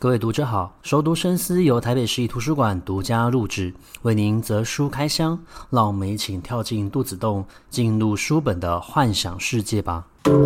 各位读者好，熟读深思由台北市立图书馆独家录制，为您择书开箱，让我们一起跳进肚子洞，进入书本的幻想世界吧。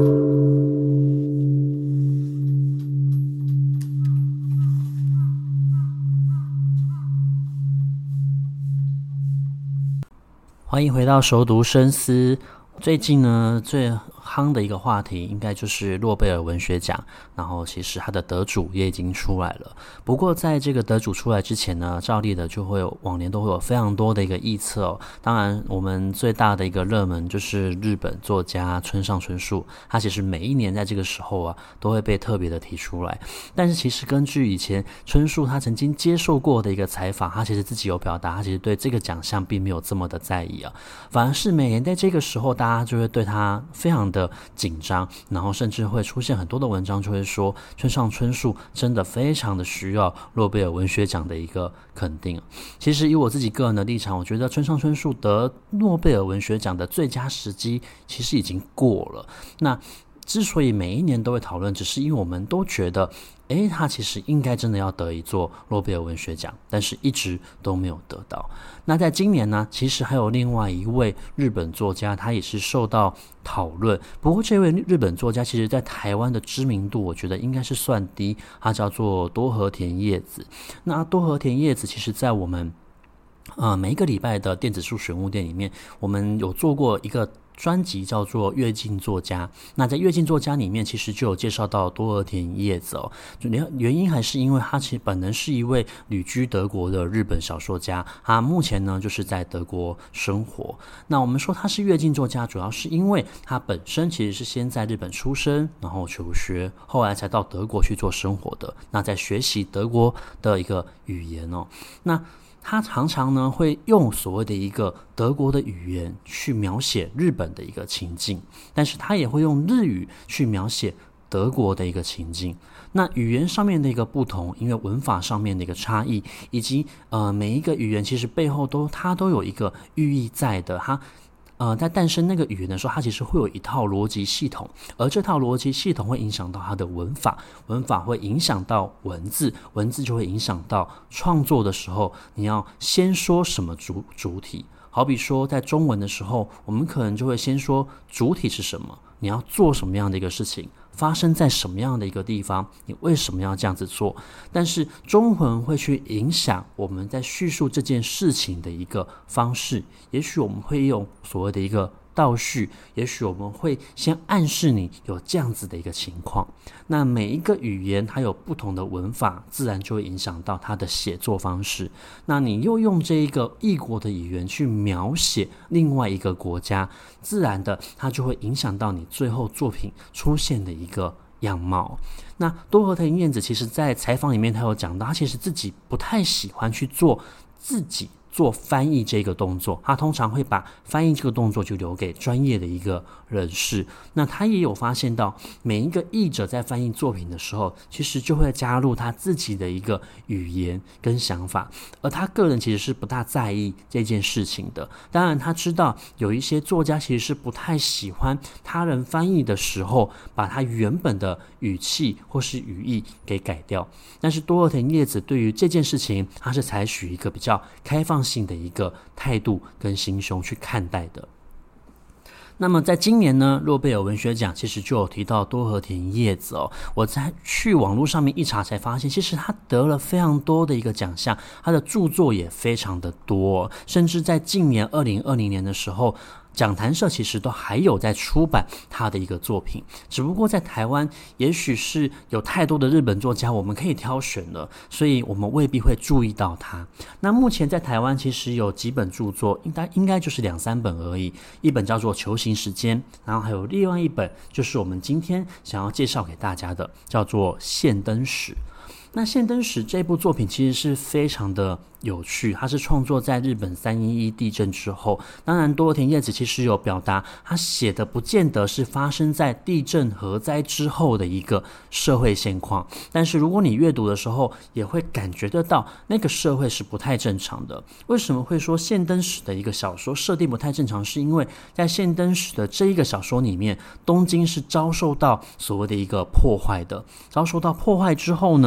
欢迎回到熟读深思。最近呢，最夯的一个话题应该就是诺贝尔文学奖，然后其实它的得主也已经出来了。不过在这个得主出来之前呢，照例的就会有往年都会有非常多的一个臆测哦。当然我们最大的一个热门就是日本作家村上春树，他其实每一年在这个时候啊都会被特别的提出来。但是其实根据以前春树他曾经接受过的一个采访，他其实自己有表达，他其实对这个奖项并没有这么的在意啊，反而是每年在这个时候大家就会对他非常的紧张，然后甚至会出现很多的文章就会说村上春树真的非常的需要诺贝尔文学奖的一个肯定。其实以我自己个人的立场，我觉得村上春树得诺贝尔文学奖的最佳时机其实已经过了。那之所以每一年都会讨论，只是因为我们都觉得他其实应该真的要得一座诺贝尔文学奖，但是一直都没有得到。那在今年呢，其实还有另外一位日本作家，他也是受到讨论。不过这位日本作家其实在台湾的知名度我觉得应该是算低，他叫做多和田叶子。那多和田叶子其实在我们每一个礼拜的电子书选物店里面，我们有做过一个专辑叫做跃进作家。那在跃进作家里面其实就有介绍到多和田叶子哦，原因还是因为他其实本人是一位旅居德国的日本小说家，他目前呢就是在德国生活。那我们说他是跃进作家，主要是因为他本身其实是先在日本出生，然后求学，后来才到德国去做生活的。那在学习德国的一个语言哦，那他常常呢会用所谓的一个德国的语言去描写日本的一个情境，但是他也会用日语去描写德国的一个情境。那语言上面的一个不同，因为文法上面的一个差异，以及每一个语言其实背后它都有一个寓意在的。在诞生那个语言的时候，它其实会有一套逻辑系统，而这套逻辑系统会影响到它的文法，文法会影响到文字，文字就会影响到创作的时候你要先说什么主体。好比说在中文的时候，我们可能就会先说主体是什么，你要做什么样的一个事情，发生在什么样的一个地方，你为什么要这样子做。但是中文会去影响我们在叙述这件事情的一个方式，也许我们会用所谓的一个倒叙，也许我们会先暗示你有这样子的一个情况。那每一个语言它有不同的文法，自然就会影响到它的写作方式。那你又用这一个异国的语言去描写另外一个国家，自然的它就会影响到你最后作品出现的一个样貌。那多和田叶子其实在采访里面他有讲到，他其实自己不太喜欢去做翻译这个动作，他通常会把翻译这个动作就留给专业的一个人士。那他也有发现到，每一个译者在翻译作品的时候，其实就会加入他自己的一个语言跟想法，而他个人其实是不大在意这件事情的。当然他知道有一些作家其实是不太喜欢他人翻译的时候把他原本的语气或是语义给改掉，但是多和田叶子对于这件事情，他是采取一个比较开放性的一个态度跟心胸去看待的。那么在今年呢，诺贝尔文学奖其实就有提到多和田叶子哦。我在去网络上面一查才发现，其实他得了非常多的一个奖项，他的著作也非常的多，甚至在近年2020年的时候，讲谈社其实都还有在出版他的一个作品，只不过在台湾也许是有太多的日本作家我们可以挑选了，所以我们未必会注意到他。那目前在台湾其实有几本著作，应该就是2-3本而已，一本叫做《球形时间》，然后还有另外一本就是我们今天想要介绍给大家的，叫做《现登史》。那《现登史》这部作品其实是非常的有趣，它是创作在日本311地震之后。当然多和田叶子其实有表达，他写的不见得是发生在地震核灾之后的一个社会现况，但是如果你阅读的时候也会感觉得到那个社会是不太正常的。为什么会说现登史的一个小说设定不太正常，是因为在现登史的这一个小说里面，东京是遭受到所谓的一个破坏的，遭受到破坏之后呢，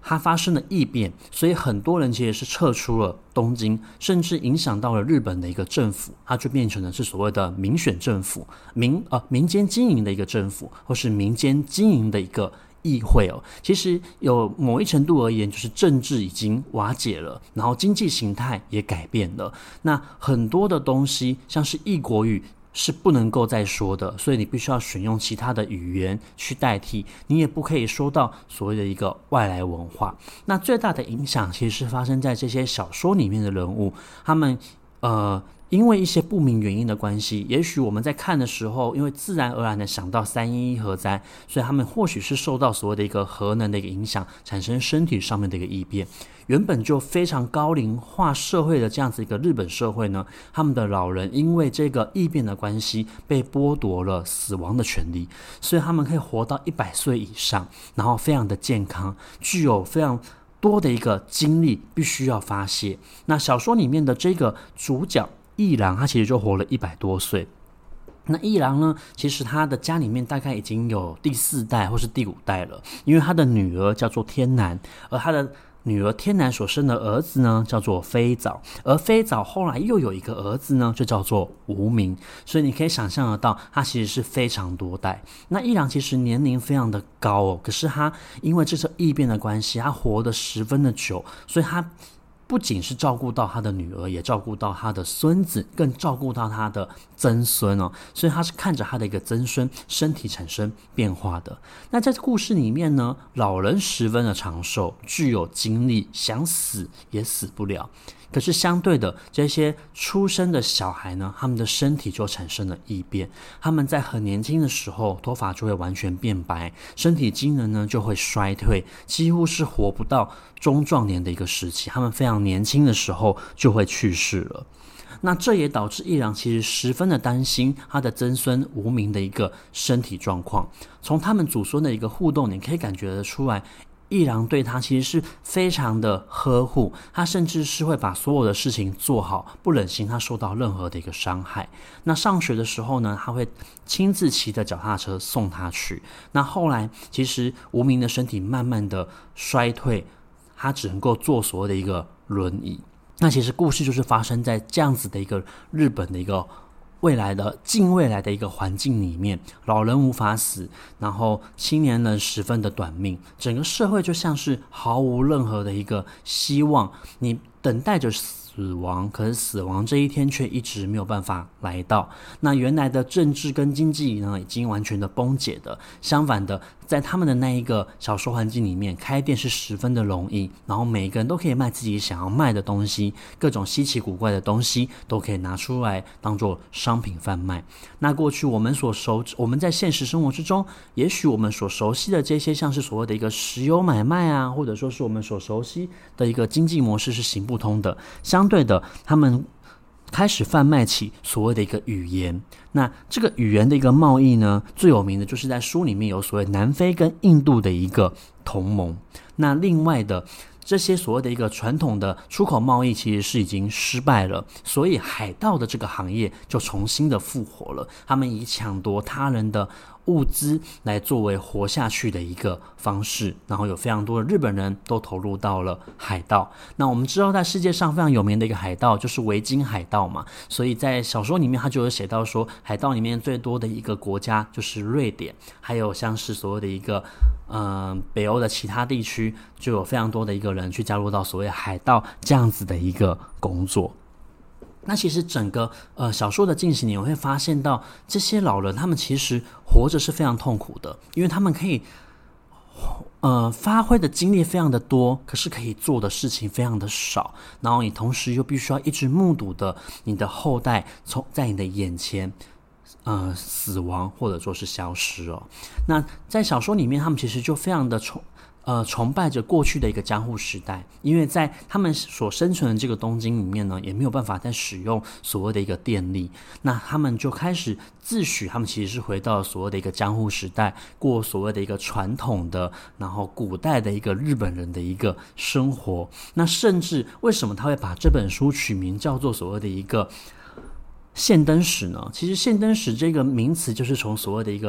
它发生了异变，所以很多人其实是撤出了东京，甚至影响到了日本的一个政府，它就变成了是所谓的民选政府，民间经营的一个政府，或是民间经营的一个议会哦。其实有某一程度而言，就是政治已经瓦解了，然后经济形态也改变了，那很多的东西像是异国语是不能够再说的，所以你必须要选用其他的语言去代替，你也不可以说到所谓的一个外来文化。那最大的影响其实是发生在这些小说里面的人物，他们因为一些不明原因的关系，也许我们在看的时候，因为自然而然的想到311核灾，所以他们或许是受到所谓的一个核能的一个影响，产生身体上面的一个异变。原本就非常高龄化社会的这样子一个日本社会呢，他们的老人因为这个异变的关系，被剥夺了死亡的权利，所以他们可以活到100岁以上，然后非常的健康，具有非常多的一个精力，必须要发泄。那小说里面的这个主角一郎，他其实就活了100多岁。那一郎呢，其实他的家里面大概已经有第4代或是第5代了，因为他的女儿叫做天南，而他的女儿天南所生的儿子呢叫做飞早，而飞早后来又有一个儿子呢就叫做无名，所以你可以想象得到他其实是非常多代。那一郎其实年龄非常的高哦，可是他因为这次异变的关系，他活得十分的久，所以他不仅是照顾到他的女儿，也照顾到他的孙子，更照顾到他的曾孙哦，所以他是看着他的一个曾孙身体产生变化的。那在故事里面呢，老人十分的长寿，具有精力，想死也死不了。可是相对的，这些出生的小孩呢，他们的身体就产生了异变，他们在很年轻的时候，头发就会完全变白，身体机能呢就会衰退，几乎是活不到中壮年的一个时期，他们非常年轻的时候就会去世了。那这也导致一郎其实十分的担心他的曾孙无名的一个身体状况。从他们祖孙的一个互动，你可以感觉得出来，一郎对他其实是非常的呵护，他甚至是会把所有的事情做好，不忍心他受到任何的一个伤害。那上学的时候呢，他会亲自骑着脚踏车送他去。那后来其实无名的身体慢慢的衰退，他只能够坐所谓的一个轮椅。那其实故事就是发生在这样子的一个日本的一个近未来的一个环境里面，老人无法死，然后青年人十分的短命，整个社会就像是毫无任何的一个希望，你等待着死亡，可是死亡这一天却一直没有办法来到。那原来的政治跟经济呢，已经完全的崩解的，相反的，在他们的那一个小说环境里面，开店是十分的容易，然后每个人都可以卖自己想要卖的东西，各种稀奇古怪的东西都可以拿出来当做商品贩卖。那过去我们在现实生活之中，也许我们所熟悉的这些像是所谓的一个石油买卖啊，或者说是我们所熟悉的一个经济模式是行不通的。相对的，他们开始贩卖起所谓的一个语言。那这个语言的一个贸易呢，最有名的就是在书里面有所谓南非跟印度的一个同盟。那另外的这些所谓的一个传统的出口贸易其实是已经失败了，所以海盗的这个行业就重新的复活了，他们以抢夺他人的物资来作为活下去的一个方式，然后有非常多的日本人都投入到了海盗。那我们知道在世界上非常有名的一个海盗就是维京海盗嘛，所以在小说里面他就有写到说，海盗里面最多的一个国家就是瑞典，还有像是所谓的一个北欧的其他地区，就有非常多的一个人去加入到所谓海盗这样子的一个工作。那其实整个小说的进行，你会发现到这些老人他们其实活着是非常痛苦的，因为他们可以发挥的精力非常的多，可是可以做的事情非常的少，然后你同时又必须要一直目睹的你的后代在你的眼前死亡或者说是消失哦。那在小说里面，他们其实就非常的崇拜着过去的一个江户时代，因为在他们所生存的这个东京里面呢，也没有办法再使用所谓的一个电力，那他们就开始自诩他们其实是回到所谓的一个江户时代，过所谓的一个传统的然后古代的一个日本人的一个生活。那甚至为什么他会把这本书取名叫做所谓的一个现登史呢？其实现登史这个名词就是从所谓的一个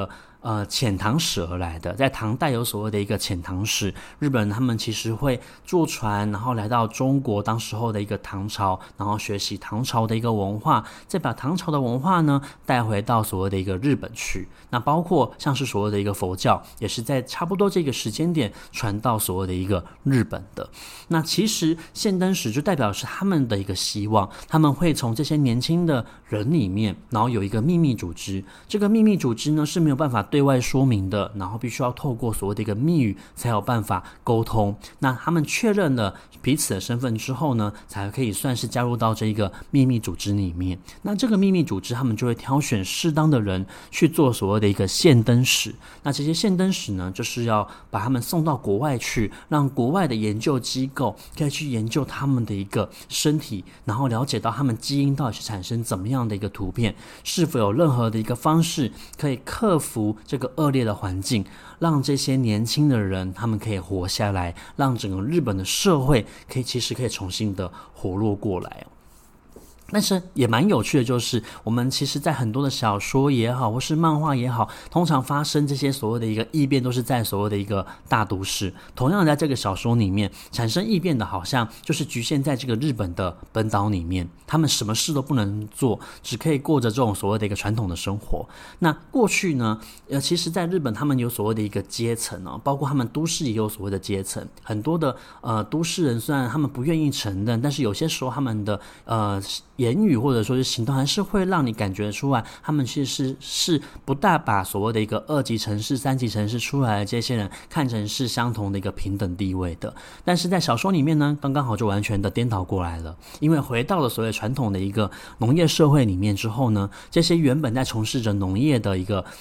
遣唐使而来的。在唐代有所谓的一个遣唐使，日本人他们其实会坐船，然后来到中国当时候的一个唐朝，然后学习唐朝的一个文化，再把唐朝的文化呢带回到所谓的一个日本去。那包括像是所谓的一个佛教，也是在差不多这个时间点传到所谓的一个日本的。那其实现登使就代表是他们的一个希望，他们会从这些年轻的人里面，然后有一个秘密组织，这个秘密组织呢是没有办法对外说明的，然后必须要透过所谓的一个密语才有办法沟通。那他们确认了彼此的身份之后呢，才可以算是加入到这一个秘密组织里面。那这个秘密组织他们就会挑选适当的人去做所谓的一个现登使。那这些现登使呢，就是要把他们送到国外去，让国外的研究机构可以去研究他们的一个身体，然后了解到他们基因到底是产生怎么样的一个突变，是否有任何的一个方式可以克服这个恶劣的环境，让这些年轻的人他们可以活下来，让整个日本的社会其实可以重新的活络过来。但是也蛮有趣的，就是我们其实在很多的小说也好，或是漫画也好，通常发生这些所谓的一个异变都是在所谓的一个大都市。同样在这个小说里面产生异变的，好像就是局限在这个日本的本岛里面，他们什么事都不能做，只可以过着这种所谓的一个传统的生活。那过去呢，其实在日本他们有所谓的一个阶层哦，包括他们都市也有所谓的阶层。很多的都市人虽然他们不愿意承认，但是有些时候他们的言语或者说是行动还是会让你感觉出来，他们其实是不大把所谓的一个2级城市、3级城市出来的这些人看成是相同的一个平等地位的。但是在小说里面呢，刚刚好就完全的颠倒过来了。因为回到了所谓传统的一个农业社会里面之后呢，这些原本在从事着农业的一个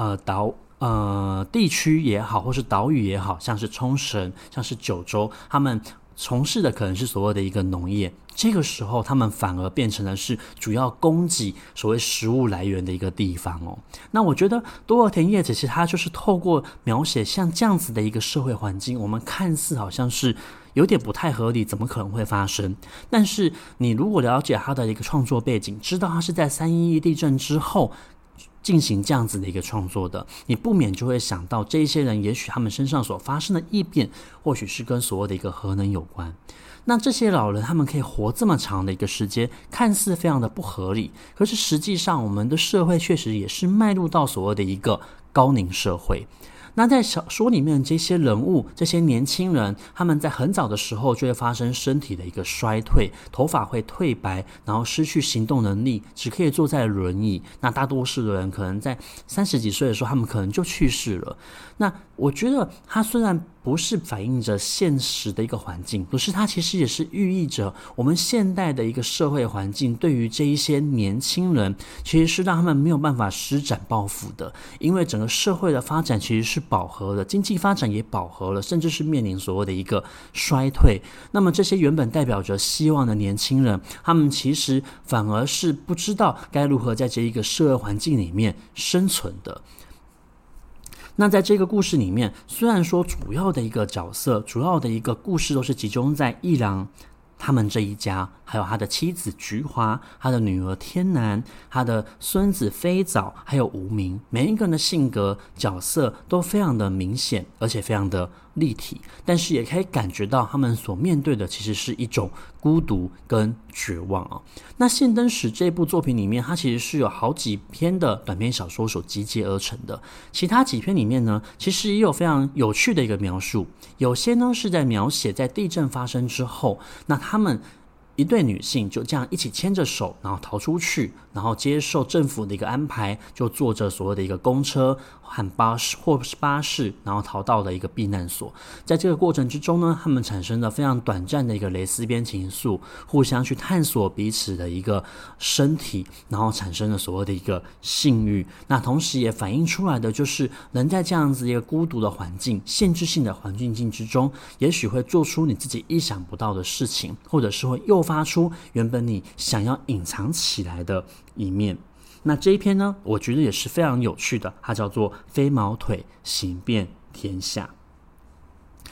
地区也好，或是岛屿也好，像是冲绳、像是九州，他们从事的可能是所谓的一个农业。这个时候他们反而变成了是主要供给所谓食物来源的一个地方哦。那我觉得多尔田叶子其实他就是透过描写像这样子的一个社会环境，我们看似好像是有点不太合理，怎么可能会发生？但是你如果了解他的一个创作背景，知道他是在311地震之后进行这样子的一个创作的，你不免就会想到这一些人也许他们身上所发生的异变，或许是跟所谓的一个核能有关。那这些老人他们可以活这么长的一个时间，看似非常的不合理，可是实际上我们的社会确实也是迈入到所谓的一个高龄社会。那在小说里面这些人物，这些年轻人，他们在很早的时候就会发生身体的一个衰退，头发会褪白，然后失去行动能力，只可以坐在轮椅。那大多数的人可能在30几岁的时候，他们可能就去世了。那我觉得它虽然不是反映着现实的一个环境，可是它其实也是寓意着我们现代的一个社会环境对于这一些年轻人其实是让他们没有办法施展抱负的。因为整个社会的发展其实是饱和了，经济发展也饱和了，甚至是面临所谓的一个衰退。那么这些原本代表着希望的年轻人，他们其实反而是不知道该如何在这一个社会环境里面生存的。那在这个故事里面，虽然说主要的一个角色，主要的一个故事都是集中在一郎他们这一家，还有他的妻子菊华，他的女儿天南，他的孙子飞早，还有无名，每一个人的性格角色都非常的明显，而且非常的立体，但是也可以感觉到他们所面对的其实是一种孤独跟绝望啊。那现登使这部作品里面，它其实是有好几篇的短篇小说所集结而成的，其他几篇里面呢，其实也有非常有趣的一个描述，有些呢是在描写在地震发生之后，那他们一对女性就这样一起牵着手，然后逃出去，然后接受政府的一个安排，就坐着所谓的一个公车和巴士，然后逃到了一个避难所。在这个过程之中呢，他们产生了非常短暂的一个蕾丝边情愫，互相去探索彼此的一个身体，然后产生了所谓的一个性欲。那同时也反映出来的就是人在这样子一个孤独的环境、限制性的环境之中，也许会做出你自己意想不到的事情，或者是会诱发出原本你想要隐藏起来的一面。那这一篇呢，我觉得也是非常有趣的，它叫做飞毛腿行遍天下。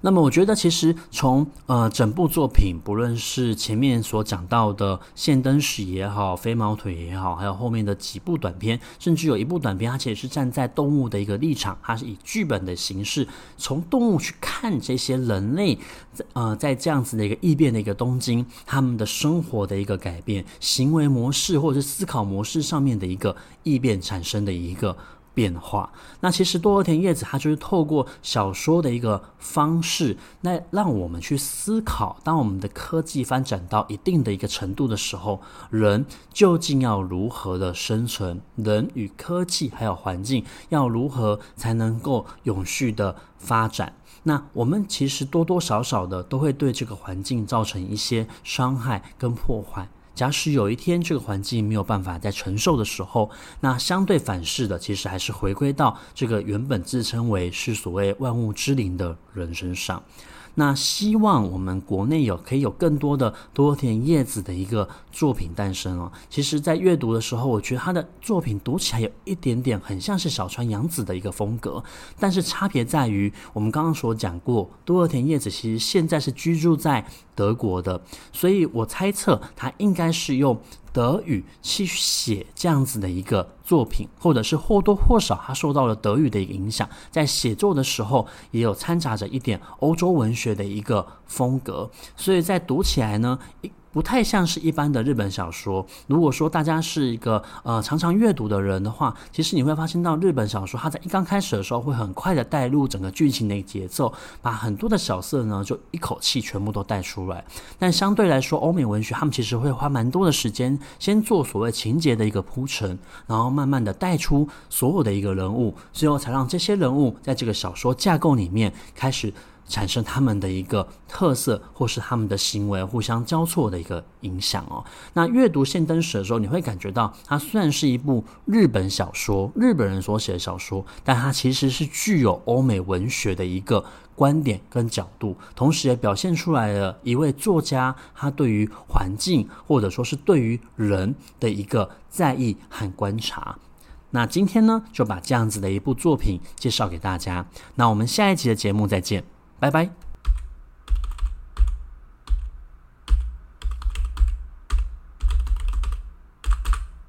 那么我觉得其实从整部作品，不论是前面所讲到的现登史也好，飞毛腿也好，还有后面的几部短片，甚至有一部短片它其实是站在动物的一个立场，它是以剧本的形式从动物去看这些人类在这样子的一个异变的一个东京，他们的生活的一个改变，行为模式或者是思考模式上面的一个异变产生的一个变化。那其实多和田叶子它就是透过小说的一个方式，那让我们去思考，当我们的科技发展到一定的一个程度的时候，人究竟要如何的生存，人与科技还有环境要如何才能够永续的发展。那我们其实多多少少的都会对这个环境造成一些伤害跟破坏。假使有一天这个环境没有办法再承受的时候，那相对反噬的其实还是回归到这个原本自称为是所谓万物之灵的人身上。那希望我们国内可以有更多的多和田叶子的一个作品诞生哦。其实在阅读的时候，我觉得他的作品读起来有一点点很像是小川洋子的一个风格，但是差别在于我们刚刚所讲过，多和田叶子其实现在是居住在德国的，所以我猜测他应该是用德语去写这样子的一个作品，或者是或多或少他受到了德语的一个影响，在写作的时候也有掺杂着一点欧洲文学的一个风格，所以在读起来呢不太像是一般的日本小说。如果说大家是一个常常阅读的人的话，其实你会发现到日本小说它在一刚开始的时候会很快的带入整个剧情的节奏，把很多的角色呢就一口气全部都带出来。但相对来说欧美文学他们其实会花蛮多的时间先做所谓情节的一个铺陈，然后慢慢的带出所有的一个人物，最后才让这些人物在这个小说架构里面开始产生他们的一个特色，或是他们的行为互相交错的一个影响哦。那阅读现登史的时候，你会感觉到它虽然是一部日本小说，日本人所写的小说，但它其实是具有欧美文学的一个观点跟角度，同时也表现出来了一位作家他对于环境或者说是对于人的一个在意和观察。那今天呢，就把这样子的一部作品介绍给大家。那我们下一集的节目再见，拜拜。